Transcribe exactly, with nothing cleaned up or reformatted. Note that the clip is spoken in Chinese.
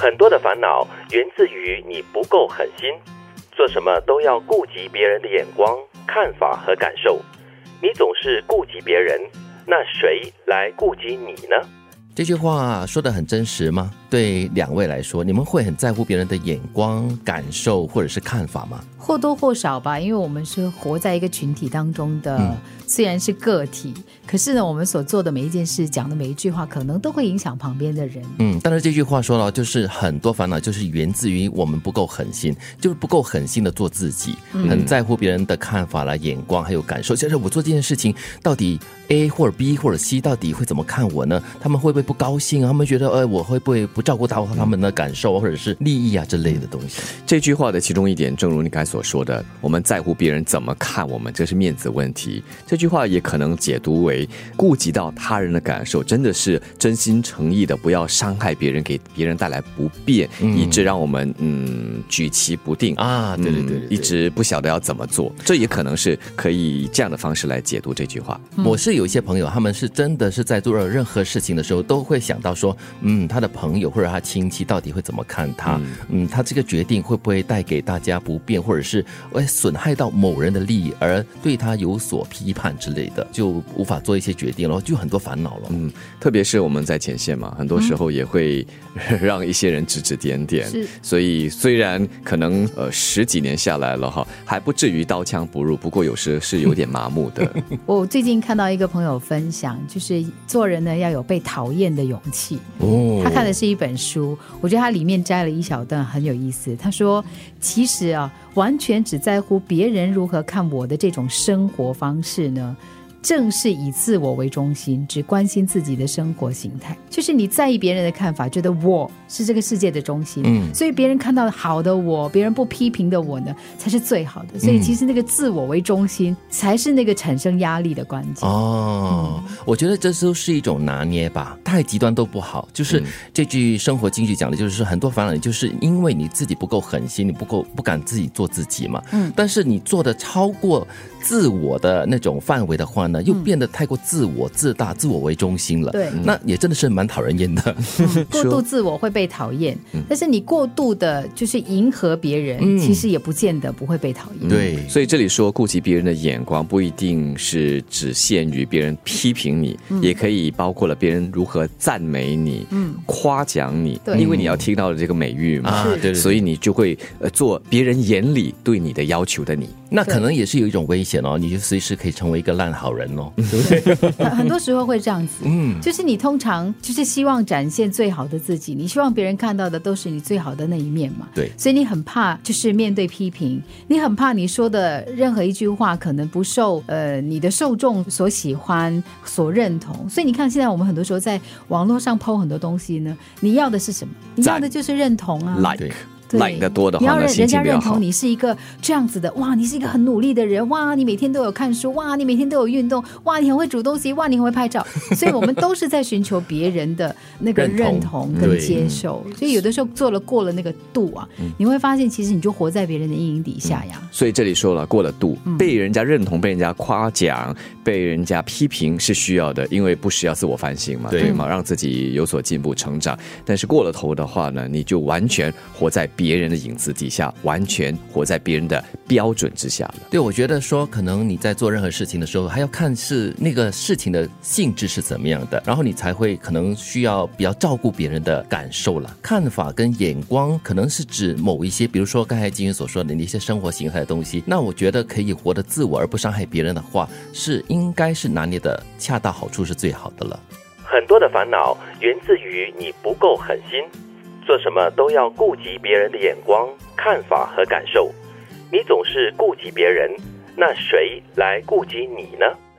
很多的烦恼源自于你不够狠心，做什么都要顾及别人的眼光、看法和感受。你总是顾及别人，那谁来顾及你呢？ 这句话说得很真实吗？对两位来说，你们会很在乎别人的眼光、感受或者是看法吗？ 或多或少吧，因为我们是活在一个群体当中的、嗯、虽然是个体，可是呢我们所做的每一件事，讲的每一句话可能都会影响旁边的人。 嗯，但是这句话说了，就是很多烦恼就是源自于我们不够狠心，就是不够狠心的做自己、嗯、很在乎别人的看法啦、眼光还有感受。其实我做这件事情到底 A 或者 B 或者 C 到底会怎么看我呢？他们会不会不高兴啊？他们觉得呃我会不会不照顾到他们的感受或者是利益啊之类的东西。 这句话的其中一点正如你刚才所说的，我们在乎别人怎么看我们，这是面子问题。这句话也可能解读为顾及到他人的感受，真的是真心诚意的不要伤害别人，给别人带来不便、嗯、以致让我们嗯举棋不定啊，对对 对, 对, 对、嗯、 一直不晓得要怎么做。这也可能是可以以这样的方式来解读这句话、 嗯、我是有一些朋友，他们是真的是在做任何事情的时候都会想到说嗯，他的朋友或者他亲戚到底会怎么看他， 嗯, 嗯他这个决定会不会带给大家不便，或者是会损害到某人的利益而对他有所批判之类的，就无法做一些决定了，就很多烦恼了。 嗯，特别是我们在前线嘛，很多时候也会让一些人指指点点， 是， 所以虽然可能呃十几年下来了哈，还不至于刀枪不入，不过有时是有点麻木的。 我最近看到一个朋友分享，就是做人呢要有被讨厌的勇气。哦，他看的是一本书，我觉得他里面摘了一小段很有意思。他说其实啊，完全只在乎别人如何看我的这种生活方式呢，正是以自我为中心，只关心自己的生活形态。就是你在意别人的看法，觉得我是这个世界的中心、嗯、所以别人看到好的我，别人不批评的我呢，才是最好的。所以其实那个自我为中心才是那个产生压力的关键。 哦、嗯，我觉得这都是一种拿捏吧，太极端都不好。就是这句生活金句讲的就是很多烦恼就是因为你自己不够狠心，你不够不敢自己做自己嘛。嗯，但是你做的超过自我的那种范围的话呢，又变得太过自我自大、自我为中心了。 对， 那也真的是蛮讨人厌的。 嗯、过度自我会被讨厌、嗯、但是你过度的就是迎合别人、嗯、其实也不见得不会被讨厌。 对、嗯，所以这里说顾及别人的眼光不一定是只限于别人批评你、嗯、也可以包括了别人如何赞美你、嗯、夸奖你，因为你要听到的这个美誉嘛、啊、对对对，所以你就会呃做别人眼里对你的要求的你。 那可能也是有一种危险哦，你就随时可以成为一个烂好人哦，对不对？很多时候会这样子，嗯，就是你通常就是希望展现最好的自己，你希望别人看到的都是你最好的那一面嘛， 对， 所以你很怕就是面对批评，你很怕你说的任何一句话可能不受呃你的受众所喜欢、所认同，所以你看现在我们很多时候在网络上 po 很多东西呢，你要的是什么？你要的就是认同啊 ，like。like 的多的话呢， 人家认同你是一个这样子的，哇，你是一个很努力的人，哇，你每天都有看书，哇，你每天都有运动，哇，你很会煮东西，哇，你很会拍照，所以我们都是在寻求别人的那个认同跟接受，所以有的时候做了过了那个度啊、嗯，你会发现其实你就活在别人的阴影底下呀、嗯。 所以这里说了过了度，被人家认同、被人家夸奖、被人家批评是需要的，因为不需要自我反省嘛， 对, 对吗？让自己有所进步成长。但是过了头的话呢，你就完全活在别人的影子底下，完全活在别人的标准之下了。 对，我觉得说可能你在做任何事情的时候还要看是那个事情的性质是怎么样的，然后你才会可能需要比较照顾别人的感受了。看法跟眼光可能是指某一些比如说刚才金云所说的那些生活形态的东西，那我觉得可以活得自我而不伤害别人的话，是应该是拿捏的恰到好处是最好的了。 很多的烦恼源自于你不够狠心，做什么都要顾及别人的眼光、看法和感受。你总是顾及别人，那谁来顾及你呢？